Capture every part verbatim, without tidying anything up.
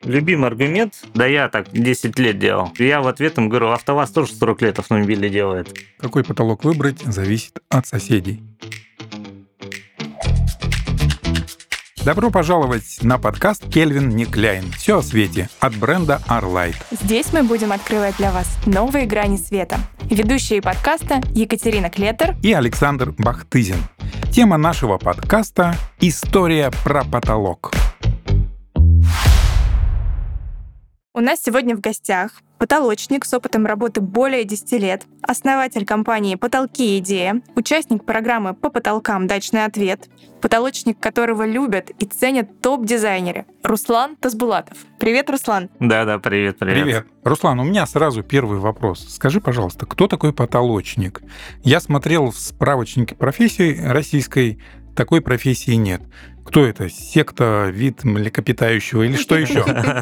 Любимый аргумент, да я так десять лет делал. Я в ответ им говорю, АвтоВАЗ тоже сорок лет автомобили делает. Какой потолок выбрать, зависит от соседей. Добро пожаловать на подкаст «Кельвин не Кляйн». Все о свете от бренда Arlight. Здесь мы будем открывать для вас новые грани света. Ведущие подкаста Екатерина Клетер и Александр Бахтызин. Тема нашего подкаста — история про потолок. У нас сегодня в гостях потолочник с опытом работы более десяти лет, основатель компании «Потолки. Идея», участник программы «По потолкам. Дачный ответ», потолочник, которого любят и ценят топ-дизайнеры, Руслан Тасбулатов. Привет, Руслан. Да-да, привет, привет. Привет. Руслан, у меня сразу первый вопрос. Скажи, пожалуйста, кто такой потолочник? Я смотрел в справочнике профессии российской, такой профессии нет. Кто это? Секта, вид млекопитающего или что еще?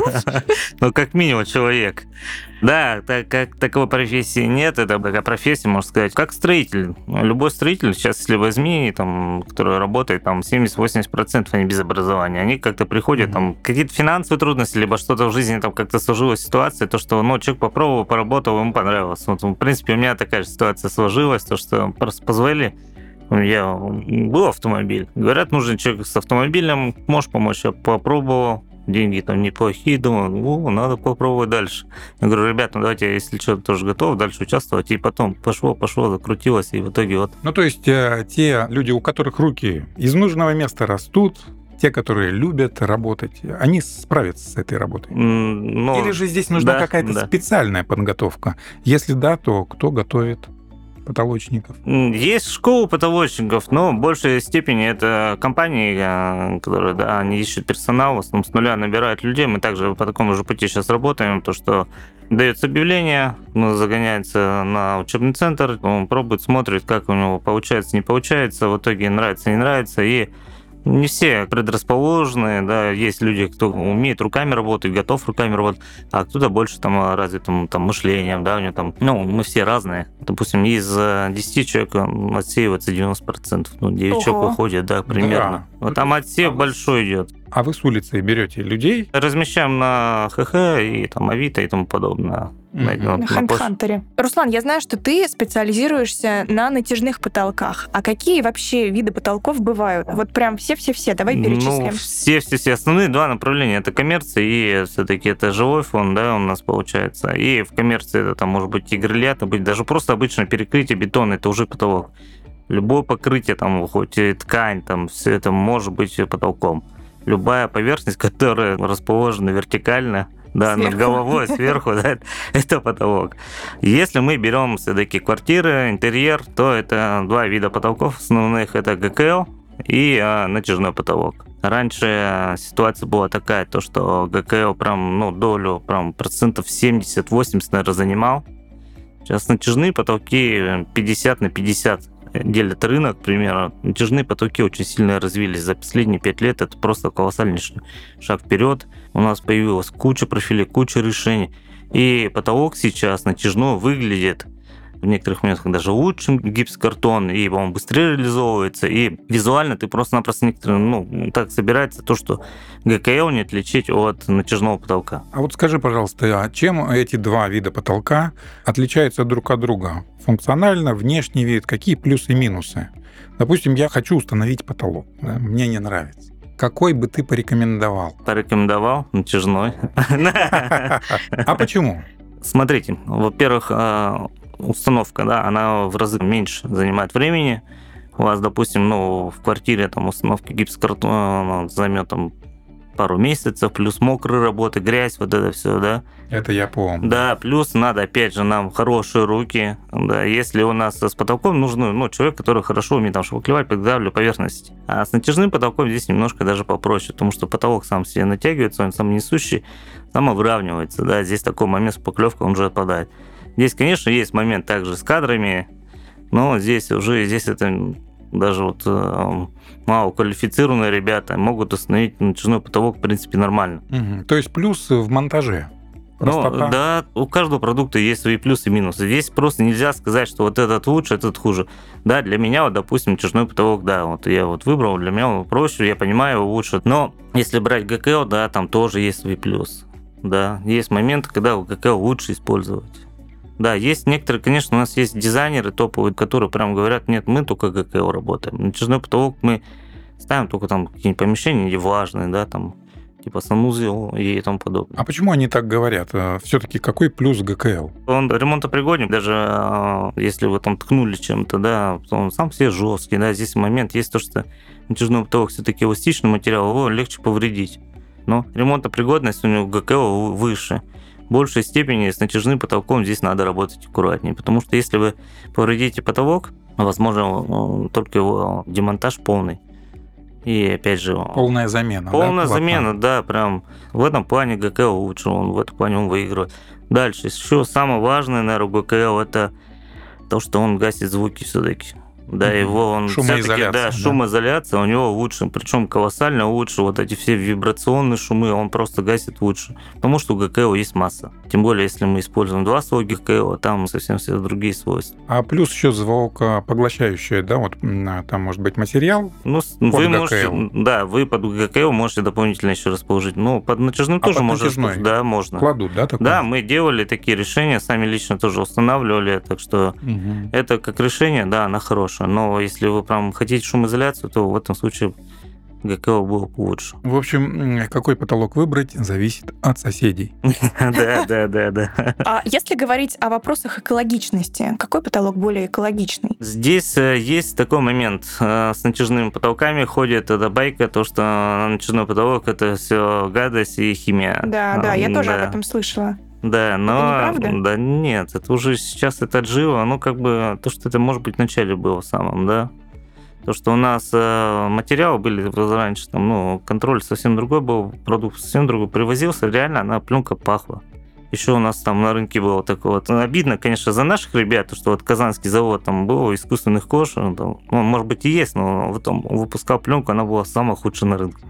Ну, как минимум, человек. Да, так как таковой профессии нет, это такая профессия, можно сказать, как строитель. Любой строитель, сейчас, если возьми, там, который работает, там, семьдесят-восемьдесят процентов они без образования. Они как-то приходят, там, какие-то финансовые трудности, либо что-то в жизни там как-то сложилась ситуация, то, что, ну, человек попробовал, поработал, ему понравилось. Вот, в принципе, у меня такая же ситуация сложилась, то, что просто позволили. Я был автомобиль. Говорят, нужен человек с автомобилем, можешь помочь? Я попробовал. Деньги там неплохие, думаю, о, надо попробовать дальше. Я говорю, ребят, ну давайте, если что, тоже готов дальше участвовать. И потом пошло, пошло, закрутилось, и в итоге вот. Ну, то есть э, те люди, у которых руки из нужного места растут, те, которые любят работать, они справятся с этой работой? Но... Или же здесь нужна да, какая-то да. специальная подготовка? Если да, то кто готовит потолочников? Есть школы потолочников, но в большей степени это компании, которые, да, они ищут персонал, в основном с нуля набирают людей. Мы также по такому же пути сейчас работаем, то что дается объявление, ну, загоняется на учебный центр, он пробует, смотрит, как у него получается, не получается, в итоге нравится, не нравится, и не все предрасположены, да, есть люди, кто умеет руками работать, готов руками работать, а кто-то больше там развитым там, мышлением, да, у него там, ну, мы все разные. Допустим, из десяти человек отсеивается девяносто процентов, ну, девять человек уходит, да, примерно. Да. Вот там отсев а большой идет. А вы с улицы берете людей? Размещаем на ХХ и там Авито и тому подобное. Mm-hmm. На Хэндхантере. Руслан, я знаю, что ты специализируешься на натяжных потолках. А какие вообще виды потолков бывают? Вот прям все-все-все, давай перечислим. Ну, все-все-все. Основные два направления. Это коммерция и все-таки это жилой фонд, да, у нас получается. И в коммерции это там может быть и грилята, быть даже просто обычное перекрытие бетона, это уже потолок. Любое покрытие, там, хоть и ткань, там, все это может быть потолком. Любая поверхность, которая расположена вертикально, да, сверху. Над головой, сверху, да, это потолок. Если мы берем все-таки квартиры, интерьер, то это два вида потолков основных. Это ГКЛ и а, натяжной потолок. Раньше ситуация была такая, то, что ГКЛ прям, ну, долю прям процентов семьдесят-восемьдесят, наверное, занимал. Сейчас натяжные потолки пятьдесят на пятьдесят делят рынок, примерно. Натяжные потолки очень сильно развились за последние пять лет. Это просто колоссальный шаг вперед. У нас появилась куча профилей, куча решений. И потолок сейчас натяжной выглядит в некоторых моментах даже лучше, чем гипсокартон, и он быстрее реализовывается, и визуально ты просто-напросто некоторые, ну, так собирается то, что ГКЛ не отличить от натяжного потолка. А вот скажи, пожалуйста, а чем эти два вида потолка отличаются друг от друга? Функционально, внешний вид, какие плюсы и минусы? Допустим, я хочу установить потолок, да, мне не нравится. Какой бы ты порекомендовал? Порекомендовал натяжной. А почему? Смотрите, во-первых, установка, да, она в разы меньше занимает времени. У вас, допустим, ну, в квартире там установка гипсокартона займет там пару месяцев, плюс мокрые работы, грязь, вот это все, да. Это я помню. Да, плюс надо, опять же, нам хорошие руки, да, если у нас с потолком нужен, ну, человек, который хорошо умеет там шпаклевать, подготавливать поверхности. А с натяжным потолком здесь немножко даже попроще, потому что потолок сам себе натягивается, он сам несущий, сам выравнивается, да, здесь такой момент шпаклевка, он уже отпадает. Здесь, конечно, есть момент также с кадрами, но здесь уже, здесь это даже вот э, малоквалифицированные ребята могут установить натяжной потолок, в принципе, нормально. Угу. То есть плюс в монтаже? Ну, да, у каждого продукта есть свои плюсы и минусы. Здесь просто нельзя сказать, что вот этот лучше, этот хуже. Да, для меня, вот, допустим, натяжной потолок, да, вот я вот выбрал, для меня он проще, я понимаю, его лучше. Но если брать ГКЛ, да, там тоже есть свой плюс. Да, есть моменты, когда ГКО лучше использовать. Да, есть некоторые, конечно, у нас есть дизайнеры топовые, которые прям говорят, нет, мы только ГКО работаем. Натяжной потолок мы ставим только там какие-нибудь помещения неважные, да, там типа санузел и тому подобное. А почему они так говорят? Все-таки какой плюс ГКЛ? Он ремонтопригоден, даже э, если вы там ткнули чем-то, да, он сам все жесткий, да, здесь момент есть то, что натяжной потолок все-таки эластичный материал, его легче повредить. Но ремонтопригодность у него ГКО выше. В большей степени с натяжным потолком здесь надо работать аккуратнее, потому что если вы повредите потолок, возможно, только его демонтаж полный. И опять же... Полная замена. Полная да, замена, да, прям в этом плане ГКО лучше, он в этом плане он выигрывает. Дальше, еще самое важное, наверное, у ГКО это то, что он гасит звуки все-таки. Да, mm-hmm. его он шумоизоляция, да, да, шумоизоляция у него лучше, причем колоссально лучше. Вот эти все вибрационные шумы он просто гасит лучше, потому что у ГКО есть масса. Тем более, если мы используем два слоя ГКО, там совсем все другие свойства. А плюс еще звукопоглощающее, да, вот там может быть материал. Ну, вы можете, да, вы под ГКО можете дополнительно еще расположить. Ну, под натяжным а тоже под можно, натяжной да, можно. Кладут, да, такое? Да, мы делали такие решения, сами лично тоже устанавливали, так что угу. это как решение, да, она хорошая. Но если вы прям хотите шумоизоляцию, то в этом случае ГКО было бы лучше. В общем, какой потолок выбрать, зависит от соседей. Да, да, да, да. А если говорить о вопросах экологичности, какой потолок более экологичный? Здесь есть такой момент. С натяжными потолками ходит эта байка, то, что натяжной потолок — это все гадость и химия. Да, да, я тоже об этом слышала. Да, но... Это неправда? Да нет, это уже сейчас это отжило, ну как бы то, что это может быть в начале было в самом, да. То, что у нас э, материалы были раньше, там, ну, контроль совсем другой был, продукт совсем другой, привозился, реально она пленка пахла. Еще у нас там на рынке было такое вот. Ну, обидно, конечно, за наших ребят, что вот Казанский завод там был, искусственных кож, там, ну, может быть и есть, но в том выпускал пленку, она была самая худшая на рынке.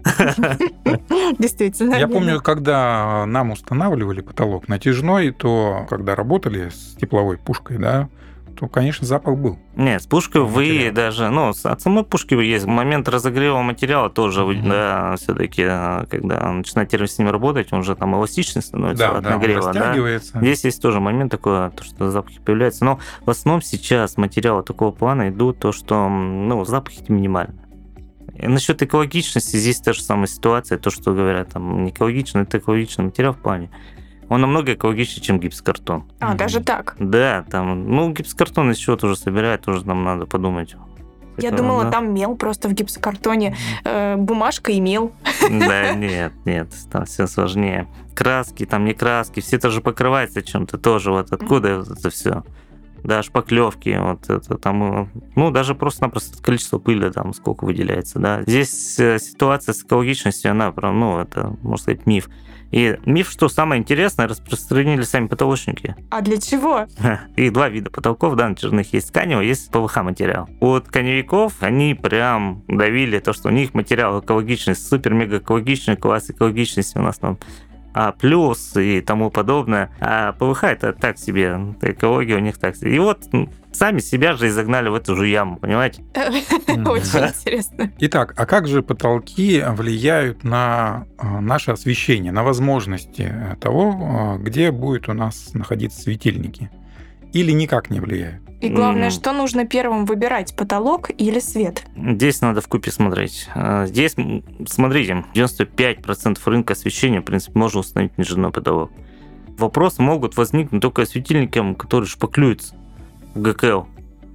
Действительно. Я помню, когда нам устанавливали потолок натяжной, то когда работали с тепловой пушкой, да, то, конечно, запах был. Нет, с пушкой вы даже, ну, от самой пушки есть момент разогрева материала тоже, mm-hmm. да, все-таки, когда начинаете с ним работать, он же там эластичный становится да, от да, нагрева, он растягивается. Да. Здесь есть тоже момент такой, то, что запахи появляются, но в основном сейчас материалы такого плана идут, то, что, ну, запахи минимальны. И насчет экологичности здесь та же самая ситуация, то, что говорят, там, не экологично, это экологичный материал в плане. Он намного экологичнее, чем гипсокартон. А, mm-hmm. даже так? Да, там, ну, гипсокартон из чего тоже собирают, тоже нам надо подумать. Я это, думала, да? Там мел просто в гипсокартоне, э, бумажка и мел. Да, нет, нет, там все сложнее. Краски, там не краски, все это же покрывается чем-то тоже, вот откуда это все. Да, шпаклевки, вот это там, ну, даже просто-напросто количество пыли там сколько выделяется, да. Здесь ситуация с экологичностью, она прям, ну, это, можно сказать, миф. И миф, что самое интересное, распространили сами потолочники. А для чего? Их два вида потолков, да, натяжных. Есть тканевый, есть ПВХ материал. У тканевиков они прям давили то, что у них материал экологичный, супер-мега экологичный, класс экологичности у нас там А плюс и тому подобное. А ПВХ это так себе, экология у них так себе. И вот сами себя же изогнали в эту же яму, понимаете? Очень интересно. Итак, а как же потолки влияют на наше освещение, на возможности того, где будут у нас находиться светильники? Или никак не влияют? И главное, что нужно первым выбирать, потолок или свет? Здесь надо вкупе смотреть. Здесь, смотрите, девяносто пять процентов рынка освещения, в принципе, можно установить натяжной потолок. Вопросы могут возникнуть только светильникам, которые шпаклюются в ГКО. Угу.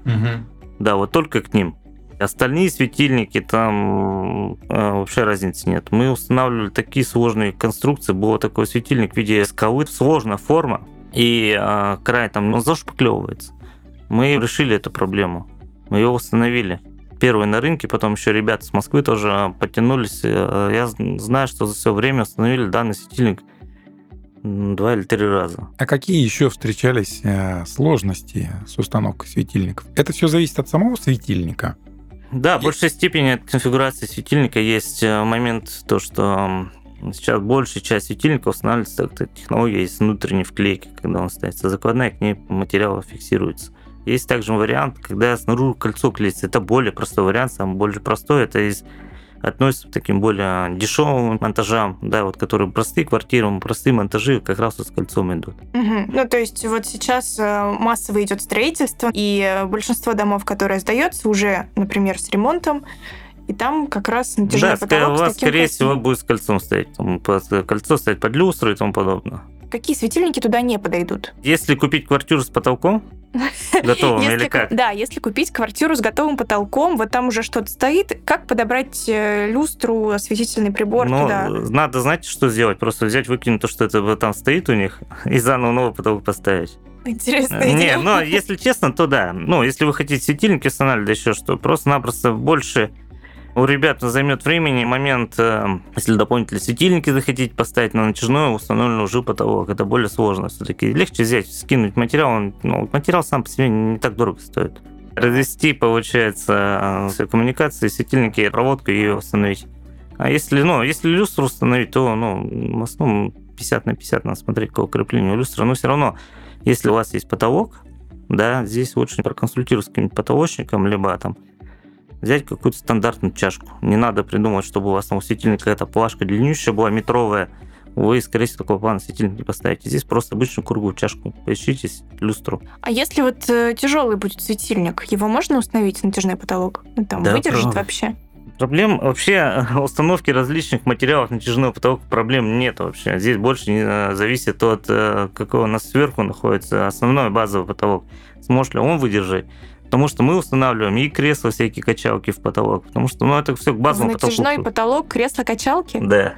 Да, вот только к ним. Остальные светильники, там э, вообще разницы нет. Мы устанавливали такие сложные конструкции. Был такой светильник в виде скалы, сложная форма, и э, край там ну, зашпаклевывается. Мы решили эту проблему. Мы ее установили. Первые на рынке, потом еще ребята с Москвы тоже подтянулись. Я знаю, что за все время установили данный светильник два или три раза. А какие еще встречались сложности с установкой светильников? Это все зависит от самого светильника? Да, в большей степени от конфигурации светильника есть момент, то, что сейчас большая часть светильников устанавливается, технология есть внутренней вклейки, когда он ставится закладная, к ней материал фиксируется. Есть также вариант, когда снаружи кольцо клеится. Это более простой вариант, самый более простой. Это из относится к таким более дешевым монтажам, да, вот которые простые квартиры, простые монтажи как раз вот с кольцом идут. Угу. Ну, то есть вот сейчас массово идет строительство, и большинство домов, которые сдается уже, например, с ремонтом, и там как раз натяжной да, потолок у с вас, таким скорее красивым. всего, будет с кольцом стоять. Там, под- кольцо стоять под люстру и тому подобное. Какие светильники туда не подойдут? Если купить квартиру с потолком, готовым Если или ку- как? Да, если купить квартиру с готовым потолком, вот там уже что-то стоит, как подобрать э, люстру, осветительный прибор Ну, туда? надо, знаете, что сделать? Просто взять, выкинуть то, что это вот там стоит у них, и заново новый потолок поставить. Интересная Не, идея. но если честно, то да. Ну, если вы хотите светильники устанавливать, да еще что, просто-напросто больше у ребят займет времени момент, э, если дополнительные светильники захотите поставить на натяжной установленный уже потолок. Это более сложно все-таки. Легче взять, скинуть материал. Он, ну, материал сам по себе не так дорого стоит. Развести, получается, все коммуникации, светильники, проводку и ее установить. А если, ну, если люстру установить, то, ну, в основном пятьдесят на пятьдесят надо смотреть, какого крепления у люстры. Но все равно, если у вас есть потолок, да, здесь лучше проконсультироваться с каким-нибудь потолочником, либо там взять какую-то стандартную чашку. Не надо придумывать, чтобы у вас там у светильника какая-то плашка длиннющая была, метровая. Вы, скорее всего, такого плана светильник не поставите. Здесь просто обычную круглую чашку. Поищите люстру. А если вот тяжелый будет светильник, его можно установить на натяжной потолок? Ну, там Да, выдержит правда. вообще? Проблем вообще установки различных материалов на натяжной потолок проблем нет вообще. Здесь больше не зависит от э, какого у нас сверху находится основной базовый потолок. Сможет ли он выдержать? Потому что мы устанавливаем и кресла, всякие качалки в потолок. Потому что, ну, это все к В базовому потолку. натяжной потолок кресло-качалки? Да.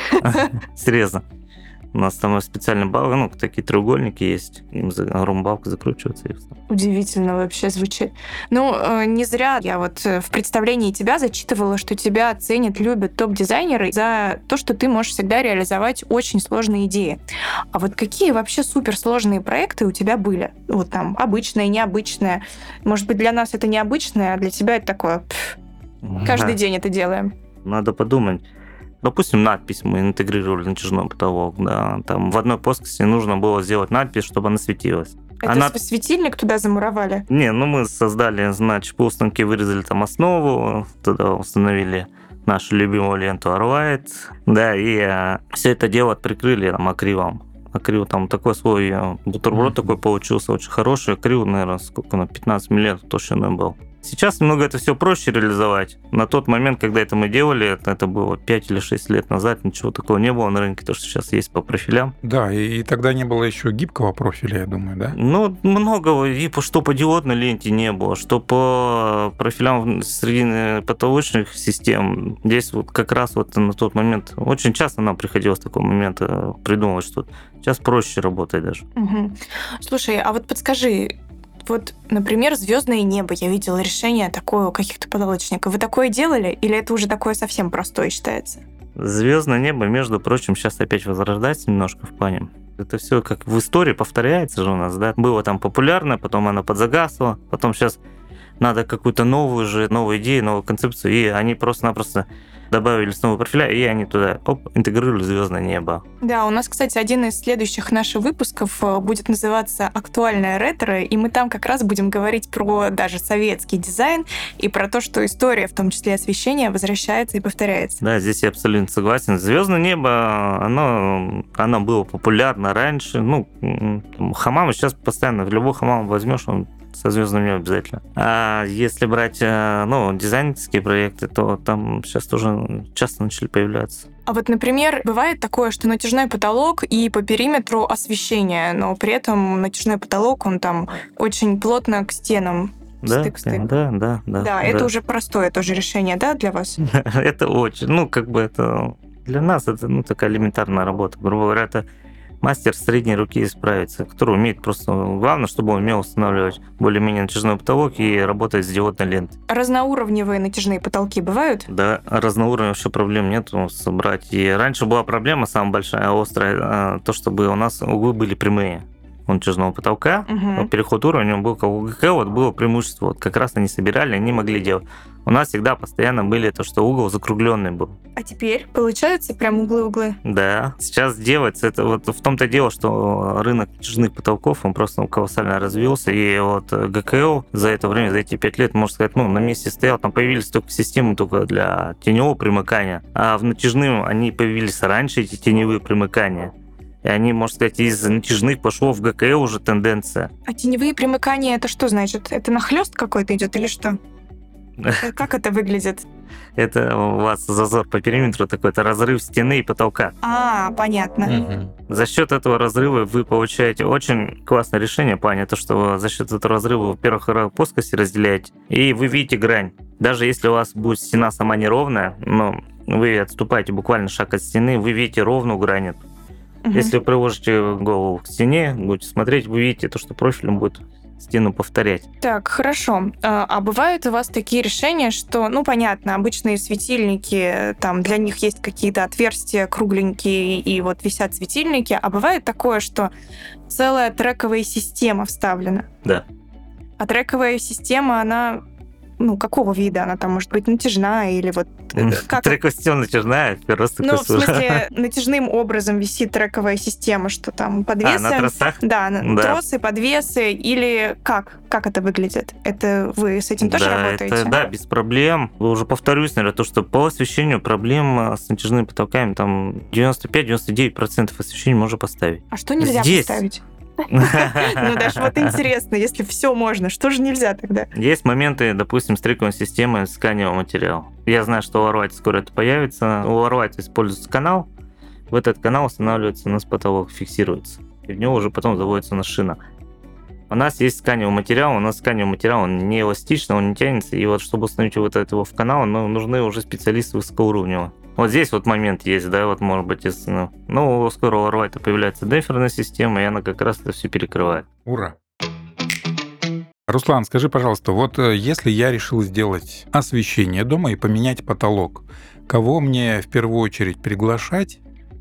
Серьезно. У нас там специальные балки, ну, такие треугольники есть. Им за румбалку закручиваться. И всё. Удивительно вообще звучит. Ну, э, не зря я вот э, в представлении тебя зачитывала, что тебя ценят, любят топ-дизайнеры за то, что ты можешь всегда реализовать очень сложные идеи. А вот какие вообще суперсложные проекты у тебя были? Вот там обычное, необычное. Может быть, для нас это необычное, а для тебя это такое, пф, каждый Да. день это делаем. Надо подумать. Допустим, надпись мы интегрировали в натяжной потолок. Да. Там в одной плоскости нужно было сделать надпись, чтобы она светилась. Это Она- св- светильник туда замуровали? Не, ну мы создали, значит, по установке вырезали там основу, туда установили нашу любимую ленту Arlight, да, и все это дело прикрыли там акрилом. Акрил там такой свой э, бутерброд Мгм. такой получился, очень хороший. Акрил, наверное, сколько на пятнадцать миллиметров толщиной был. Сейчас немного это все проще реализовать. На тот момент, когда это мы делали, это, это было пять или шесть лет назад, ничего такого не было на рынке, то, что сейчас есть по профилям. Да, и, и тогда не было еще гибкого профиля, я думаю, да? Ну, много, и по, что по диодной ленте не было, что по профилям среди потолочных систем. Здесь вот как раз вот на тот момент, очень часто нам приходилось такой момент э, придумывать что-то. Сейчас проще работать даже. Мгм. Слушай, а вот подскажи, вот, например, звездное небо. Я видела решение такое у каких-то потолочников. Вы такое делали? Или это уже такое совсем простое считается? Звездное небо, между прочим, сейчас опять возрождается немножко в плане. Это все как в истории повторяется же у нас, да? Было там популярно, потом оно подзагасло, потом сейчас надо какую-то новую же, новую идею, новую концепцию, и они просто-напросто добавили снова профиля, и они туда, оп, интегрировали звездное небо. Да, у нас, кстати, один из следующих наших выпусков э, будет называться «Актуальное ретро», и мы там как раз будем говорить про даже советский дизайн и про то, что история, в том числе освещения, возвращается и повторяется. Да, здесь я абсолютно согласен. Звездное небо, оно, оно было популярно раньше. Ну, м, хамамы сейчас постоянно, в любой хамам возьмешь, он со звездным небом обязательно. А если брать, э, ну, дизайнерские проекты, то там сейчас тоже часто начали появляться. А вот, например, бывает такое, что натяжной потолок и по периметру освещение, но при этом натяжной потолок, он там очень плотно к стенам. Да, Стык-стык. да, да, да. Да, это уже простое тоже решение, да, для вас? Это очень, ну, как бы это для нас это, ну, такая элементарная работа. Грубо говоря, это мастер средней руки справится, который умеет просто... Главное, чтобы он умел устанавливать более-менее натяжной потолок и работать с диодной лентой. Разноуровневые натяжные потолки бывают? Да, разноуровневых вообще проблем нету собрать. И раньше была проблема самая большая, острая, а, то, чтобы у нас углы были прямые. натяжного потолка, Мгм. переход уровня был, как у ГК, вот было преимущество. Вот как раз они собирали, они могли делать. У нас всегда постоянно были то, что угол закругленный был. А теперь получаются прям углы-углы? Да, сейчас делается, это вот в том-то дело, что рынок натяжных потолков, он просто колоссально развился, и вот ГКЛ за это время, за эти пять лет, можно сказать, ну, на месте стоял, там появились только системы только для теневого примыкания, а в натяжным они появились раньше, эти теневые примыкания. И они, можно сказать, из натяжных пошло в ГКЛ уже тенденция. А теневые примыкания это что значит? Это нахлест какой-то идет или что? Э, Как это выглядит? Это у вас зазор по периметру такой, это разрыв стены и потолка. А, понятно. За счет этого разрыва вы получаете очень классное решение, Паня, то, что за счет этого разрыва, во-первых, плоскости разделяете, и вы видите грань. Даже если у вас будет стена сама неровная, но вы отступаете буквально шаг от стены, вы видите ровную грань. Мгм. Если вы приложите голову к стене, будете смотреть, вы видите то, что профилем будет стену повторять. Так, хорошо. А а бывают у вас такие решения, что, ну, понятно, обычные светильники, там для них есть какие-то отверстия кругленькие, и вот висят светильники, а бывает такое, что целая трековая система вставлена? Да. А трековая система, она, ну, какого вида? Она там может быть натяжная или вот э, как? Трекостен натяжная, просто Ну, в смысле, натяжным образом висит трековая система, что там подвесы. А, на тросах? Да, на- Да. тросы, подвесы или как? Как это выглядит? Это вы с этим тоже Да, работаете? это, да, без проблем. Уже повторюсь, наверное, то, что по освещению проблем а, с натяжными потолками там девяносто пять - девяносто девять процентов освещения можно поставить. А что нельзя Здесь. поставить? Ну, даже вот интересно, если все можно, что же нельзя тогда? Есть моменты, допустим, с трековой системой сканирового материала. Я знаю, что у Arvite скоро это появится. У Arvite используется канал. В этот канал устанавливается у нас потолок, фиксируется. И в него уже потом заводится у нас шина. У нас есть сканировый материал. У нас сканировый материал, он не эластичный, он не тянется. И вот чтобы установить вот этого в канал, ну, нужны уже специалисты высокоуровневого. Вот здесь вот момент есть, да, вот может быть, если, ну, ну, скоро у Arvite появляется демпферная система, и она как раз это все перекрывает. Ура! Руслан, скажи, пожалуйста, вот э, если я решил сделать освещение дома и поменять потолок, кого мне в первую очередь приглашать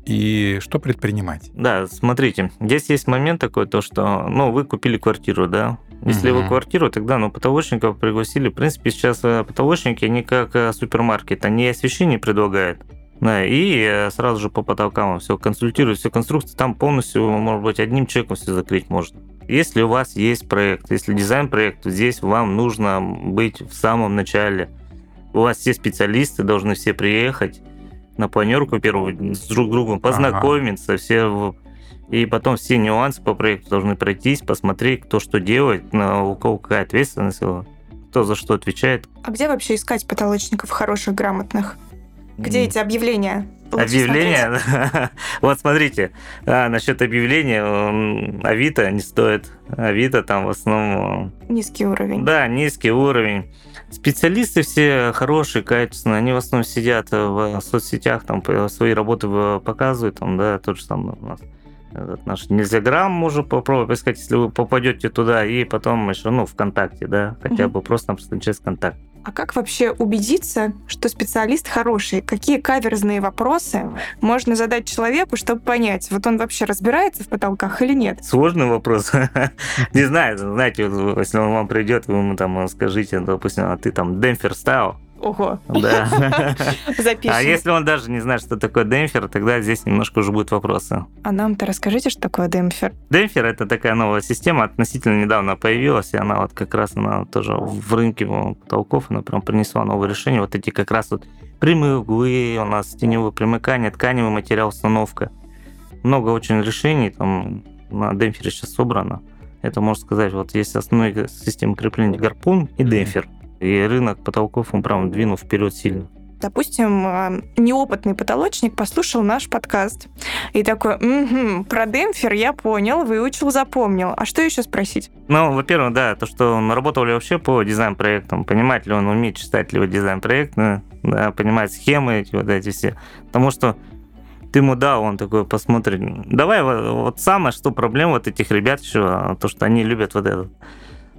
и что предпринимать? Да, смотрите, здесь есть момент такой, то что, ну, вы купили квартиру, да. Если Мгм. вы квартиру, тогда, ну, потолочников пригласили. В принципе, сейчас э, потолочники, они как э, супермаркет, они освещение предлагают. Да, и э, сразу же по потолкам все консультируют, все конструкции, там полностью, может быть, одним человеком все закрыть можно. Если у вас есть проект, если дизайн проекта, здесь вам нужно быть в самом начале. У вас все специалисты должны все приехать на планерку первую, с друг другом познакомиться, все в- и потом все нюансы по проекту должны пройтись, посмотреть, кто что делает, на- у кого какая ответственность, кто за что отвечает. А где вообще искать потолочников хороших, грамотных? Где М. эти объявления? Лучше Объявление? Вот смотрите, а, насчет объявления, м, Авито не стоит. Авито там в основном, смотреть? Низкий уровень. да, низкий уровень. Специалисты все хорошие, качественные, они в основном сидят в соцсетях, там по- свои работы в- показывают, там, да, тот же самый у нас этот наш Нельзяграм можно попробовать поискать, если вы попадете туда, и потом еще, ну, ВКонтакте, да, хотя Мгм. бы просто-напросто через контакт. А как вообще убедиться, что специалист хороший? Какие каверзные вопросы можно задать человеку, чтобы понять, вот он вообще разбирается в потолках или нет? Сложный вопрос. Не знаю, знаете, вот если он вам придет, вы ему там скажите, допустим, а ты там демпфер ставил? Ого, Да. запишем. А если он даже не знает, что такое демпфер, тогда здесь немножко уже будут вопросы. А нам-то расскажите, что такое демпфер? Демпфер — это такая новая система, относительно недавно появилась, и она вот как раз она тоже в рынке потолков, она прям принесла новое решение. Вот эти как раз вот прямые углы, у нас теневое примыкание, тканевый материал, установка. Много очень решений там на демпфере сейчас собрано. Это, можно сказать, вот есть основные системы крепления гарпун и демпфер. И рынок потолков, он прям двинул вперед сильно. Допустим, э, неопытный потолочник послушал наш подкаст и такой: угу, про демпфер я понял, выучил, запомнил. А что еще спросить? Ну, во-первых, да, то, что он работал ли вообще по дизайн-проектам, понимает ли он, умеет читать ли вот дизайн-проект, да, да, понимает схемы эти вот эти все. Потому что ты ему дал, он такой посмотрит. Давай вот, вот самое, что проблема вот этих ребят еще, то, что они любят вот этот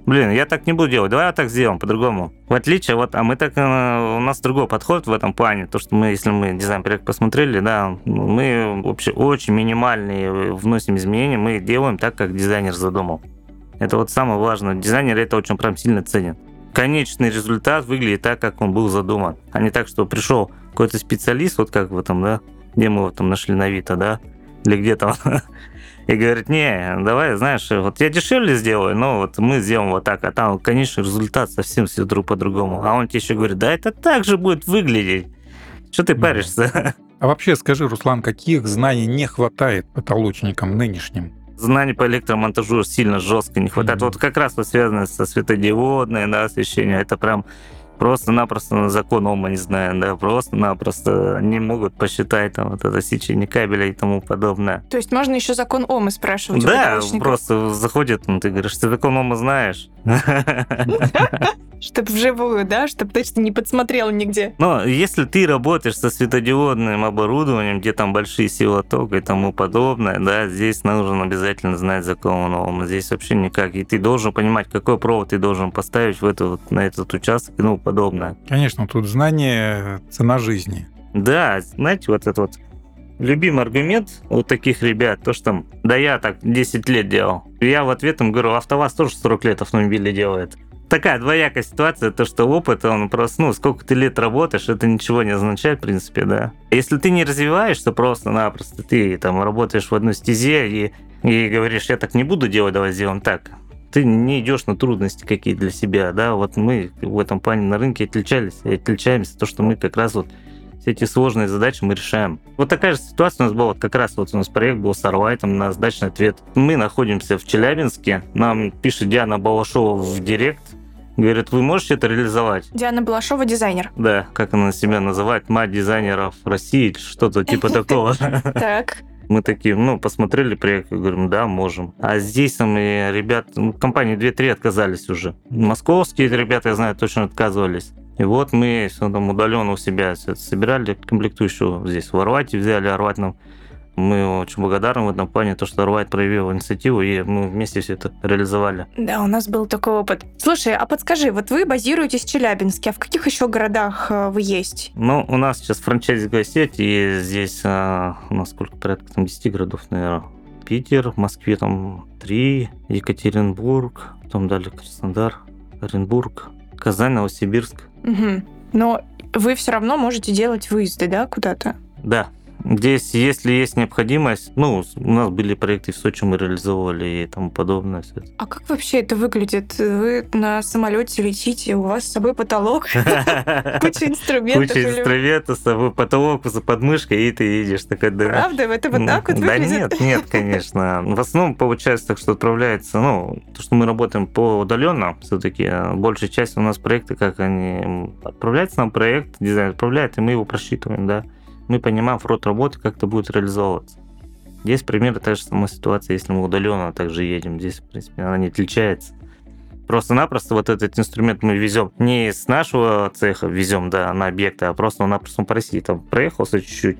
блин, я так не буду делать, давай я так сделаем по-другому. В отличие, вот, а мы так, э, у нас другой подход в этом плане, то, что мы, если мы дизайн-проект посмотрели, да, мы вообще очень минимальные вносим изменения, мы делаем так, как дизайнер задумал. Это вот самое важное. Дизайнер это очень прям сильно ценит. Конечный результат выглядит так, как он был задуман, а не так, что пришел какой-то специалист, вот как в этом, да, где мы его там нашли на Авито, да, или где там, и говорит, не, давай, знаешь, вот я дешевле сделаю, но вот мы сделаем вот так, а там конечный результат совсем все друг по-другому. А он тебе еще говорит, да это так же будет выглядеть. Что ты паришься? А вообще скажи, Руслан, каких знаний не хватает потолочникам нынешним? Знаний по электромонтажу сильно жестко не хватает. Mm-hmm. Вот как раз вот связано со светодиодной, да, освещением. Это прям просто-напросто закон Ома не знаю, да, просто-напросто не могут посчитать там вот это сечение кабеля и тому подобное. То есть можно еще закон Ома спрашивать у Да, потолочников? просто заходит, ну, ты говоришь, ты закон Ома знаешь? Чтоб вживую, да? Чтоб точно не подсмотрел нигде. Но если ты работаешь со светодиодным оборудованием, где там большие силы тока и тому подобное, да, здесь нужно обязательно знать закон Ома. Здесь вообще никак. И ты должен понимать, какой провод ты должен поставить в эту, на этот участок и тому подобное. Конечно, тут знание – цена жизни. Да, знаете, вот этот вот любимый аргумент у таких ребят, то, что там, да я так десять лет делал. Я в ответ им говорю, АвтоВАЗ тоже сорок лет автомобили делает. Такая двоякая ситуация, то, что опыт, он просто, ну, сколько ты лет работаешь, это ничего не означает, в принципе, да. Если ты не развиваешься просто-напросто, ты там работаешь в одной стезе и, и говоришь, я так не буду делать, давай сделаем так. Ты не идешь на трудности какие для себя, да. Вот мы в этом плане на рынке отличались, и отличаемся, то, что мы как раз вот все эти сложные задачи мы решаем. Вот такая же ситуация у нас была, вот как раз вот у нас проект был с Арвайтом на дачный ответ. Мы находимся в Челябинске, нам пишет Диана Балашова в директ, говорит, вы можете это реализовать? Диана Балашова, дизайнер. Да, как она себя называет, мать дизайнеров России, что-то типа такого. Так. Мы такие, ну, посмотрели проект, и говорим, да, можем. А здесь там и ребят, ну, компании две-три отказались уже. Московские ребята, я знаю, точно отказывались. И вот мы все там удаленно у себя собирали комплектующую здесь в Арвайте, взяли Арвайт нам. Мы очень благодарны в этом плане, то, что Арвайт проявил инициативу, и мы вместе все это реализовали. Да, у нас был такой опыт. Слушай, а подскажи, вот вы базируетесь в Челябинске, а в каких еще городах вы есть? Ну, у нас сейчас франчайзинговая сеть, и здесь а, у нас сколько, порядка там десять городов, наверное. Питер, в Москве там три, Екатеринбург, потом далее Краснодар, Оренбург, Казань, Новосибирск. Угу. Но вы все равно можете делать выезды, да, куда-то? Да. Здесь, если есть необходимость, ну, у нас были проекты в Сочи, мы реализовывали и тому подобное. А как вообще это выглядит? Вы на самолете летите, у вас с собой потолок, куча инструментов. Куча инструментов, с собой потолок за подмышкой, и ты едешь. Правда? Это вот так вот выглядит? Да нет, нет, конечно. В основном получается так, что отправляется, ну, то, что мы работаем по удаленно, все-таки большая часть у нас проекты, как они отправляются нам проект, дизайн отправляет, и мы его просчитываем, да. Мы понимаем фронт работы, как это будет реализовываться. Здесь примерно та же самая ситуация, если мы удаленно также едем. Здесь, в принципе, она не отличается. Просто-напросто вот этот инструмент мы везем не с нашего цеха, везем, да, на объекты, а просто-напросто по России там проехался чуть-чуть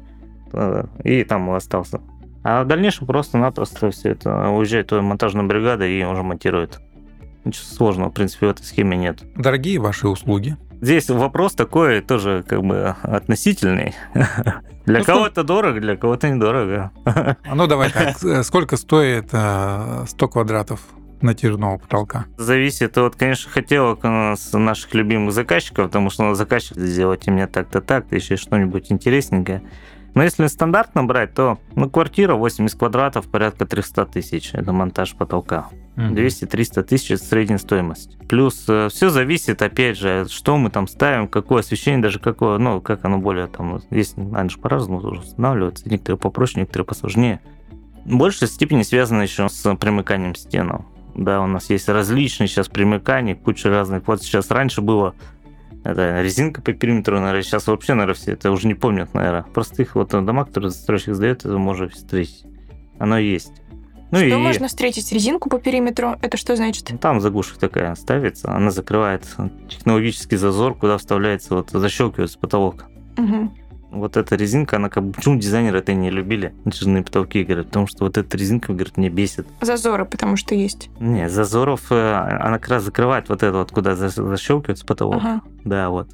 и там остался. А в дальнейшем просто-напросто все это уезжает твоя монтажная бригада и уже монтирует. Ничего сложного, в принципе, в этой схеме нет. Дорогие ваши услуги? Здесь вопрос такой тоже как бы относительный. Для кого-то дорого, для кого-то недорого. Ну, давай так. Сколько стоит сто квадратов натяжного потолка? Зависит от, конечно, хотелок с наших любимых заказчиков, потому что заказчик сделайте мне так-то так-то, еще что-нибудь интересненькое. Но если стандартно брать, то ну, квартира восемьдесят квадратов, порядка триста тысяч. Это монтаж потолка. двести-триста тысяч – это средняя стоимость. Плюс э, все зависит, опять же, что мы там ставим, какое освещение, даже какое, ну, как оно более там, есть, наверное, же по-разному тоже устанавливается. Некоторые попроще, некоторые посложнее. В большей степени связано еще с примыканием стен. Да, у нас есть различные сейчас примыкания, куча разных. Вот сейчас раньше было это резинка по периметру, наверное, сейчас вообще, наверное, все это уже не помнят, наверное. Простых вот дома, которые застройщик сдает, это можно встретить. Оно есть. Ну что и можно встретить? Резинку по периметру? Это что значит? Там заглушка такая ставится, она закрывает технологический зазор, куда вставляется, вот защелкивается потолок. Угу. Вот эта резинка, она как бы... Почему дизайнеры это не любили? Натяжные потолки, говорят, потому что вот эта резинка, говорит, мне бесит. Зазоры, потому что есть. Не, зазоров, э, она как раз закрывает вот это вот, куда за- защелкивается потолок. Ага. Да, вот.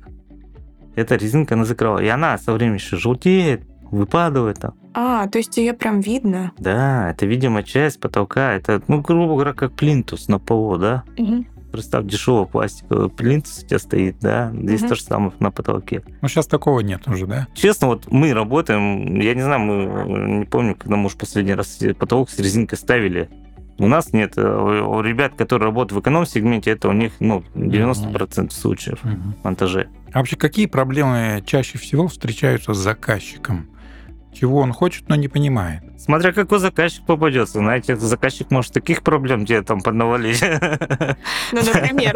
Эта резинка, она закрывает. И она со временем еще желтеет, выпадывает там. А, то есть ее прям видно. Да, это видимая часть потолка. Это, ну, грубо говоря, как плинтус на полу, да? Мгм. Представь, дешевый пластиковый плинтус у тебя стоит, да? Здесь Мгм. то же самое на потолке. Ну, сейчас такого нет уже, да? Честно, вот мы работаем, я не знаю, мы не помню, когда мы уж последний раз потолок с резинкой ставили. У нас нет. У ребят, которые работают в эконом-сегменте, это у них, ну, девяносто процентов случаев Мгм. монтажей. А вообще, какие проблемы чаще всего встречаются с заказчиком? Чего он хочет, но не понимает? Смотря какой заказчик попадется. Знаете, этот заказчик может таких проблем тебе там поднавалить. Ну, например,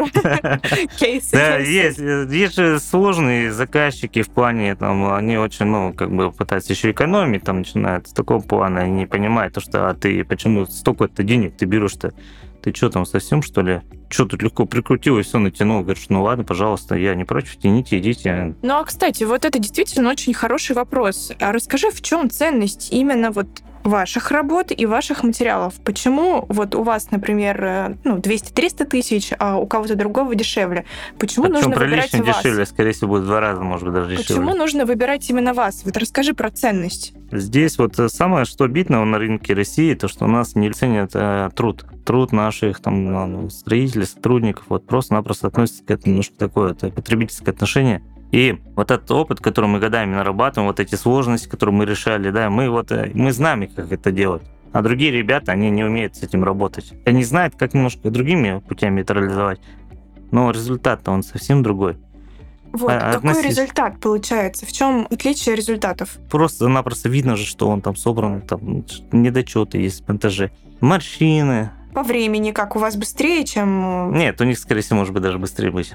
кейсы. Да, кейсы. есть. Есть же сложные заказчики в плане, там, они очень, ну, как бы пытаются еще экономить, там, начинают с такого плана, они не понимают, то, что, а ты, почему столько-то денег ты берешь-то? Ты что там, совсем, что ли? Что тут легко прикрутил и все натянул? Говоришь, ну ладно, пожалуйста, я не против, тяните, идите. Ну, а, кстати, вот это действительно очень хороший вопрос. А расскажи, в чем ценность именно вот ваших работ и ваших материалов? Почему вот у вас, например, э, ну, двести-триста тысяч, а у кого-то другого дешевле? Почему Причем нужно выбирать прилично вас? дешевле, скорее всего, будет в два раза, может быть, даже дешевле. Почему нужно выбирать именно вас? Вот расскажи про ценность. Здесь вот э, самое, что обидно на рынке России, то, что у нас не ценят э, труд. Труд наших там ну, строителей, сотрудников, вот просто-напросто относятся к этому немножко такое это потребительское отношение. И вот этот опыт, который мы годами нарабатываем, вот эти сложности, которые мы решали, да, мы вот э, мы знаем, как это делать. А другие ребята, они не умеют с этим работать. Они знают, как немножко другими путями это реализовать. Но результат-то он совсем другой. Вот, А, какой относись- результат получается? В чем отличие результатов? Просто-напросто видно же, что он там собран, там недочеты есть в монтаже. Морщины. По времени, как у вас быстрее, чем... э, Нет, у них, скорее всего, может быть, даже быстрее быть.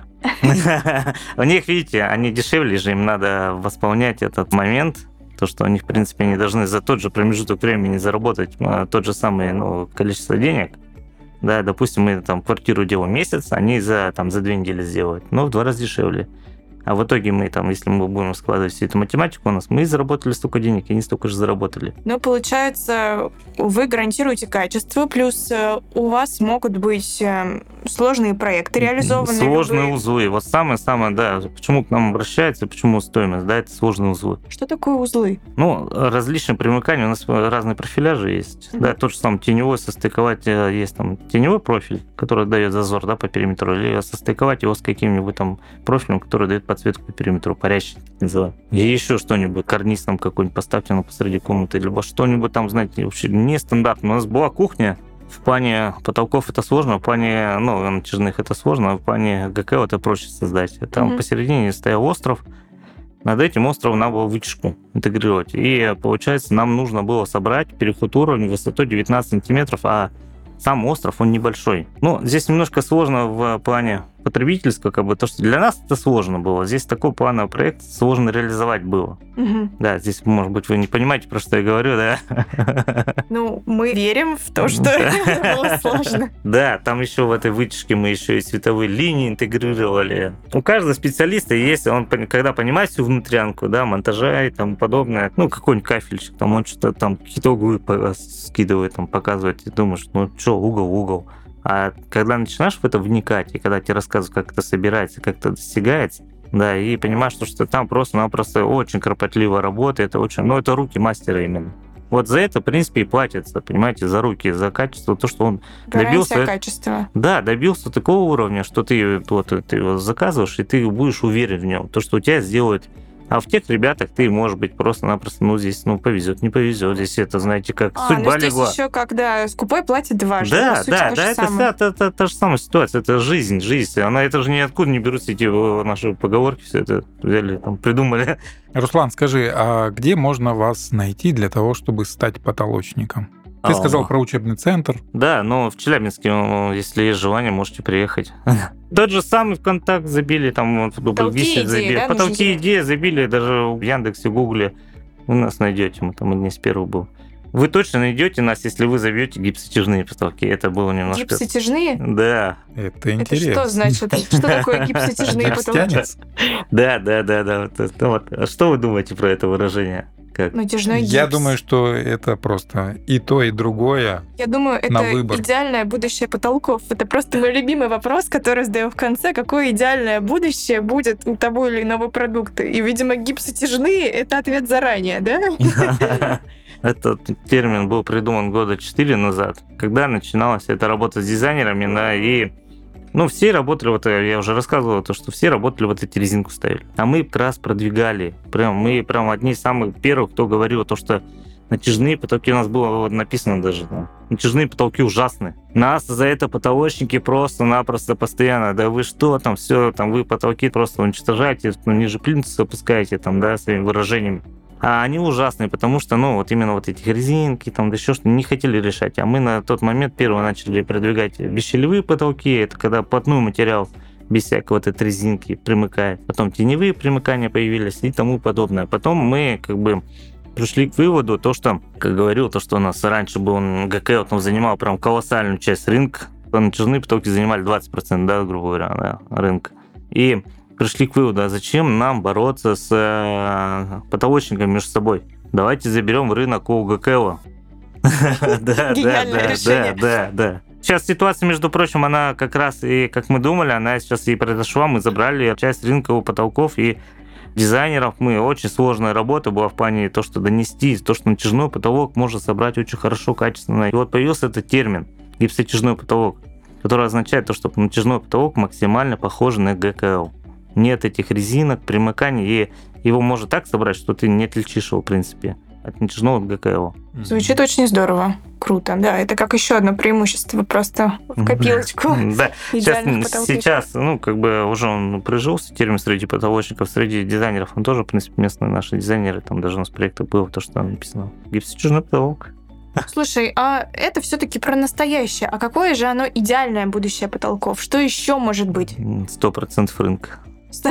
У них, видите, они дешевле же, им надо восполнять этот момент, то, что они, в принципе, не должны за тот же промежуток времени заработать а, тот же самый ну, количество денег. Да, допустим, мы там квартиру делаем месяц, они за, там, за две недели сделают, но в два раза дешевле. А в итоге мы там, если мы будем складывать всю эту математику у нас, мы заработали столько денег, и они столько же заработали. Ну, получается, вы гарантируете качество, плюс э, у вас могут быть э, сложные проекты реализованы. Сложные вы- узлы. Вот самое-самое, да, почему к нам обращаются, почему стоимость, да, это сложные узлы. Что такое узлы? Ну, различные примыкания, у нас разные профиля же есть. Мгм. Да, тот же самый теневой состыковать, э, есть там теневой профиль, который дает зазор, да, по периметру, или состыковать его с каким-нибудь там профилем, который дает подсветку по периметру, парящий, так называемый. И еще что-нибудь, карниз там какой-нибудь поставьте на посреди комнаты, либо что-нибудь там, знаете, вообще нестандартно. У нас была кухня, в плане потолков это сложно, в плане, ну, натяжных это сложно, а в плане ГК это проще создать. Там Мгм. посередине стоял остров, над этим островом надо было вытяжку интегрировать. И, получается, нам нужно было собрать переход уровня высотой девятнадцать сантиметров, а сам остров, он небольшой. Ну, здесь немножко сложно в плане потребительского, как бы, то, что для нас это сложно было. Здесь такой плановый проект сложно реализовать было. Мгм. Да, здесь, может быть, вы не понимаете, про что я говорю, да? Ну, мы верим в то, что было сложно. Да, там еще в этой вытяжке мы еще и световые линии интегрировали. У каждого специалиста есть, он пон- когда понимает всю внутрянку, да, монтажа и тому подобное, ну, какой-нибудь кафельщик, там он что-то там какие-то углы по- скидывает, там показывает, и думаешь, ну, что, угол, угол. А когда начинаешь в это вникать, и когда тебе рассказывают, как это собирается, как это достигается, да, и понимаешь, что, что там просто-напросто очень кропотливо работает, это очень, ну, это руки мастера именно. Вот за это, в принципе, и платится, понимаете, за руки, за качество, то, что он добился... Гарантия качества. Да, добился такого уровня, что ты, вот, ты его заказываешь, и ты будешь уверен в нем, то, что у тебя сделают. А в тех ребятах ты, может быть, просто-напросто, ну, здесь, ну, повезет, не повезет. Здесь это, знаете, как А, судьба ну здесь легла. еще когда скупой платит дважды. Да, по сути, да, то да, же это, самое. вся та, та, та же самая ситуация, это жизнь, жизнь. Она, это же ниоткуда не берутся эти э, наши поговорки, все это взяли, там, придумали. Руслан, скажи, а где можно вас найти для того, чтобы стать потолочником? Ты А, сказал про учебный центр. Да, но в Челябинске, ну, если есть желание, можете приехать. Тот же самый ВКонтакт забили, там вот, в Потолки Висе идеи, забили. да, Потолки нужно идеи забили, даже в Яндексе, Гугле. Вы нас найдете, мы там одни из первых был. Вы точно найдете нас, если вы забьете гипсотяжные потолки. Это было немножко... Гипсотяжные? Да. Это Это интересно. что значит? Что такое гипсотяжные потолки? Гипстянец? Да, да, да, да. Вот, это вот. А что вы думаете про это выражение? Как? Натяжной гипс. Я думаю, что это просто и то, и другое. Я думаю, на это выбор. идеальное будущее потолков. Это просто мой любимый вопрос, который задаю в конце. Какое идеальное будущее будет у того или иного продукта? И, видимо, гипсотяжные — это ответ заранее, да? Этот термин был придуман года четыре назад, когда начиналась эта работа с дизайнерами, да, и ну, все работали, вот я уже рассказывал, то, что все работали, вот эти резинку ставили. А мы как раз продвигали. Прям, мы прям одни из самых первых, кто говорил, то, что натяжные потолки, у нас было вот написано даже, да, натяжные потолки ужасны. Нас за это потолочники просто-напросто постоянно, да вы что там, все, там вы потолки просто уничтожаете, ну, ниже плинтуса опускаете, там, да, своими выражениями. А они ужасные, потому что, ну, вот именно вот эти резинки, там, да еще что-то не хотели решать. А мы на тот момент первого начали продвигать бесщелевые потолки, это когда плотной материал без всякой вот этой резинки примыкает. Потом теневые примыкания появились и тому подобное. Потом мы, как бы, пришли к выводу, то, что, как говорил, то, что у нас раньше был ГК, вот он занимал прям колоссальную часть рынка, натяжные потолки занимали двадцать процентов, да, грубо говоря, да, рынка. И пришли к выводу, а зачем нам бороться с э, потолочниками между собой? Давайте заберем рынок у ГК. Да, да, да, да, да, да. Сейчас ситуация, между прочим, она как раз и, как мы думали, она сейчас и произошла. Мы забрали часть рынка у потолков и дизайнеров. Мы очень сложная работа была в плане то, что донести, то, что натяжной потолок можно собрать очень хорошо, качественно. И вот появился этот термин гипсотяжной потолок, который означает то, что натяжной потолок максимально похож на ГКЛ. Нет этих резинок, примыканий, и его можно так собрать, что ты не отличишь его, в принципе, от натяжного от ГКЛ. Звучит очень здорово. Круто, да. Это как еще одно преимущество просто в копилочку. Да, идеальных сейчас, потолков. сейчас, ну, как бы уже он прижился, термин среди потолочников, среди дизайнеров, он тоже, в принципе, местные наши дизайнеры, там даже у нас в проектах было то, что там написано. Гипсотяжной потолок. Слушай, а это все-таки про настоящее. А какое же оно идеальное будущее потолков? Что еще может быть? Сто процентов рынка. Ну,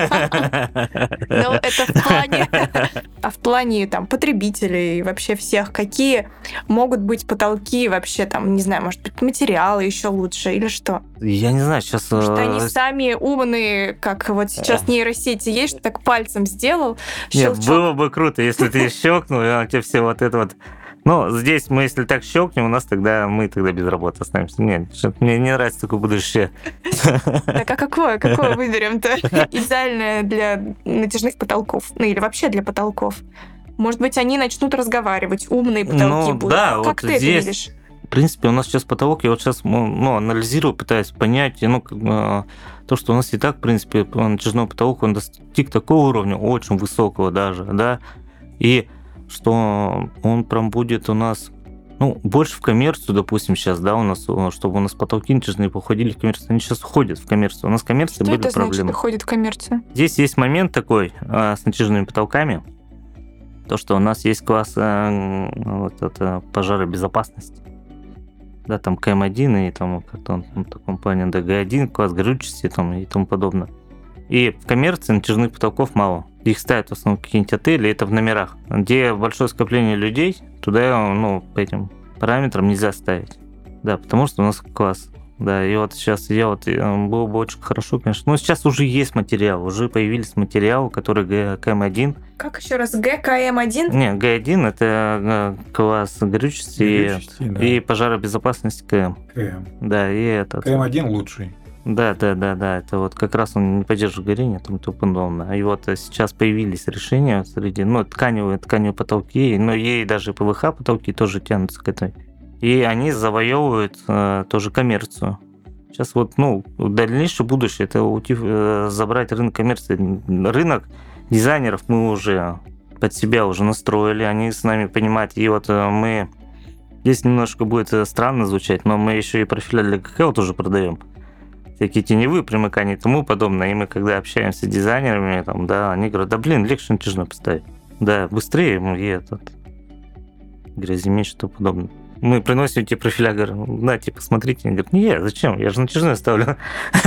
это в плане... А в плане там потребителей, вообще всех, какие могут быть потолки вообще, там, не знаю, может быть, материалы еще лучше или что? Я не знаю, сейчас... Что они сами умные, как вот сейчас нейросети есть, что так пальцем сделал, Нет, щелчок. было бы круто, если ты щелкнул, и он тебе все вот это вот... Ну, здесь мы, если так щелкнем, у нас тогда мы тогда без работы останемся. Нет, мне не нравится такое будущее. Так а какое? Какое выберем-то? Идеальное для натяжных потолков. Ну, или вообще для потолков. Может быть, они начнут разговаривать, умные потолки Ну, будут. да, Как вот ты здесь- это видишь? В принципе, у нас сейчас потолок, я вот сейчас ну, анализирую, пытаюсь понять, ну, как бы, то, что у нас и так, в принципе, натяжной потолок, он достиг такого уровня, очень высокого даже, да, и что он прям будет у нас, ну, больше в коммерцию, допустим, сейчас, да, у нас, чтобы у нас потолки натяжные походили в коммерцию, они сейчас уходят в коммерцию. У нас в коммерции Что были это проблемы. значит, уходит в коммерцию? Здесь есть момент такой а, с натяжными потолками, то, что у нас есть класс а, вот это пожаробезопасности. Да, там КМ один и там как-то он в таком плане ДГ один, класс горючести там, и тому подобное. И в коммерции натяжных потолков мало. Их ставят в основном какие-нибудь отели, это в номерах. Где большое скопление людей, туда, ну, по этим параметрам нельзя ставить. Да, потому что у нас класс. Да, и вот сейчас я вот, было бы очень хорошо, конечно. Но сейчас уже есть материал, уже появились материалы, которые КМ один. Как еще раз? ГКМ один? Не, Г один это класс горючести, Горючести, и, да. и пожаробезопасности КМ. КМ. Да, и этот. КМ один лучший. Да, да, да, да. Это вот как раз он не поддерживает горение, там то подобное. И вот сейчас появились решения среди, ну, тканевые, тканевые потолки, но и даже ПВХ потолки тоже тянутся к этой. И они завоевывают э, тоже коммерцию. Сейчас вот, ну, дальнейшее будущее, это уйти, э, забрать рынок коммерции. Рынок дизайнеров мы уже под себя уже настроили, они с нами понимают. И вот э, мы, здесь немножко будет странно звучать, но мы еще и профиля для ГКЛ тоже продаем. Всякие теневые примыкания и тому подобное. И мы, когда общаемся с дизайнерами, там, да, они говорят, да блин, легче натяжной поставить. Да, быстрее, и этот, грязи меньше и тому подобное. Мы приносим эти профиля, говорим, на, типа, смотрите. Они говорят, не, зачем? Я же натяжной ставлю.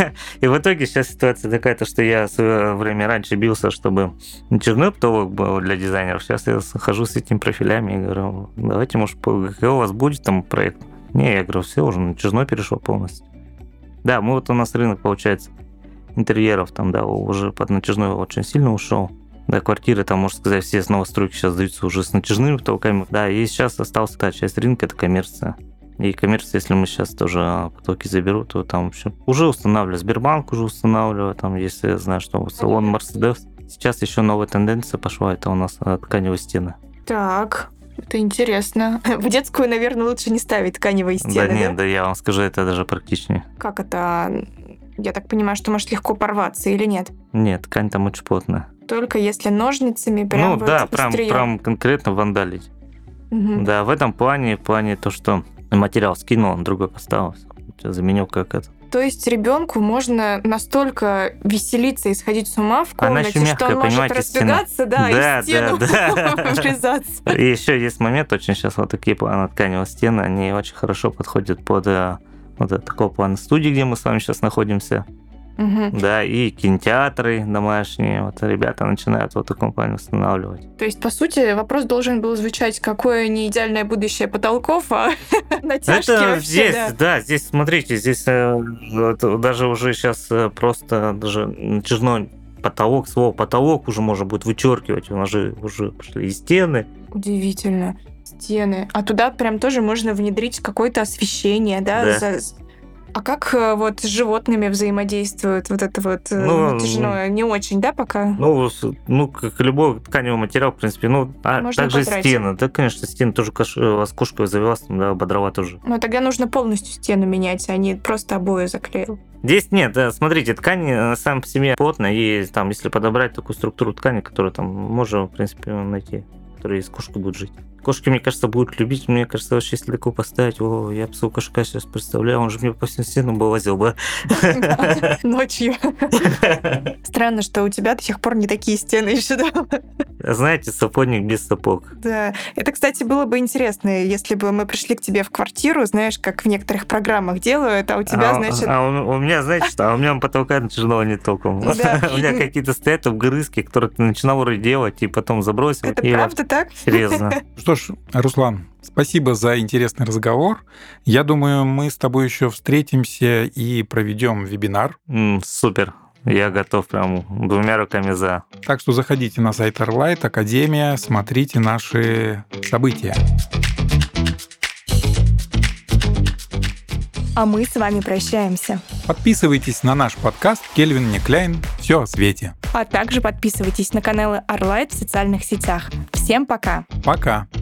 И в итоге сейчас ситуация такая, то, что я в свое время раньше бился, чтобы натяжной потолок был для дизайнеров. Сейчас я хожу с этими профилями и говорю, давайте, может, какой у вас будет там проект? Не, я говорю, все, уже натяжной перешел полностью. Да, мы вот у нас рынок, получается, интерьеров там, да, уже под натяжной очень сильно ушел. Да, квартиры, там, можно сказать, все новостройки сейчас сдаются уже с натяжными потолками. Да, и сейчас осталась та часть рынка, это коммерция. И коммерция, если мы сейчас тоже потолки заберут, то там вообще уже устанавливают. Сбербанк уже устанавливает, там, если я знаю, что салон Мерседес. Сейчас еще новая тенденция пошла, это у нас тканевые стены. Так, это интересно. В детскую, наверное, лучше не ставить тканевые стены, да? Да, нет, да, я вам скажу, это даже практичнее. Как это? Я так понимаю, что может легко порваться или нет? Нет, ткань там очень плотная. Только если ножницами прям Ну вот да, прям, острием. прям конкретно вандалить. Угу. Да, в этом плане, в плане то, что материал скинул, он другой поставил, заменил как это. То есть ребенку можно настолько веселиться и сходить с ума в комнате, Она еще что он мягкая, может разбегаться, да, да, и в стену да, да. врезаться. И еще есть момент, очень сейчас вот такие планы тканевые стены, они очень хорошо подходят под вот такого плана студии, где мы с вами сейчас находимся. Угу. Да, и кинотеатры домашние. Вот ребята начинают вот в таком плане устанавливать. То есть, по сути, вопрос должен был звучать, какое не идеальное будущее потолков, а натяжки это вообще, здесь, да. да, здесь, смотрите, здесь э, вот, даже уже сейчас э, просто даже натяжной потолок, слово потолок уже можно будет вычеркивать. У нас же уже пошли и стены. Удивительно. Стены. А туда прям тоже можно внедрить какое-то освещение, да? Да. За... А как э, вот с животными взаимодействует вот это вот э, Ну, натяжное? Не очень, да, пока? Ну, с- ну, как любой тканевый материал, в принципе, ну, а Можно также потратить. стены. Да, конечно, стены тоже кош... у вас кошка завелась, там, да, бодрова тоже. Но тогда нужно полностью стену менять, а не просто обои заклеил. Здесь нет, да, смотрите, ткань сам по себе плотная, и там, если подобрать такую структуру ткани, которую там можно, в принципе, найти, которая с кошкой будет жить. Кошки, мне кажется, будут любить. Мне кажется, вообще, если такое поставить, о, я бы своего кошка сейчас представляю, он же мне по всем стенам бы лазил бы. Ночью. Странно, что у тебя до сих пор не такие стены еще, да? Знаете, сапожник без сапог. Да. Это, кстати, было бы интересно, если бы мы пришли к тебе в квартиру, знаешь, как в некоторых программах делают, а у тебя, а, значит... А у, у меня, знаете что, а у меня потолка натяжного не толком. Да. У меня какие-то стоят обгрызки, которые ты начинал вроде делать, и потом забросил. Это и правда так? Серьезно. Что ж, Руслан, спасибо за интересный разговор. Я думаю, мы с тобой еще встретимся и проведем вебинар. М, Супер. Я готов прям двумя руками за. Так что заходите на сайт Arlight Академия, смотрите наши события. А мы с вами прощаемся. Подписывайтесь на наш подкаст «Кельвин не Кляйн. Все о свете». А также подписывайтесь на каналы Arlight в социальных сетях. Всем пока! Пока!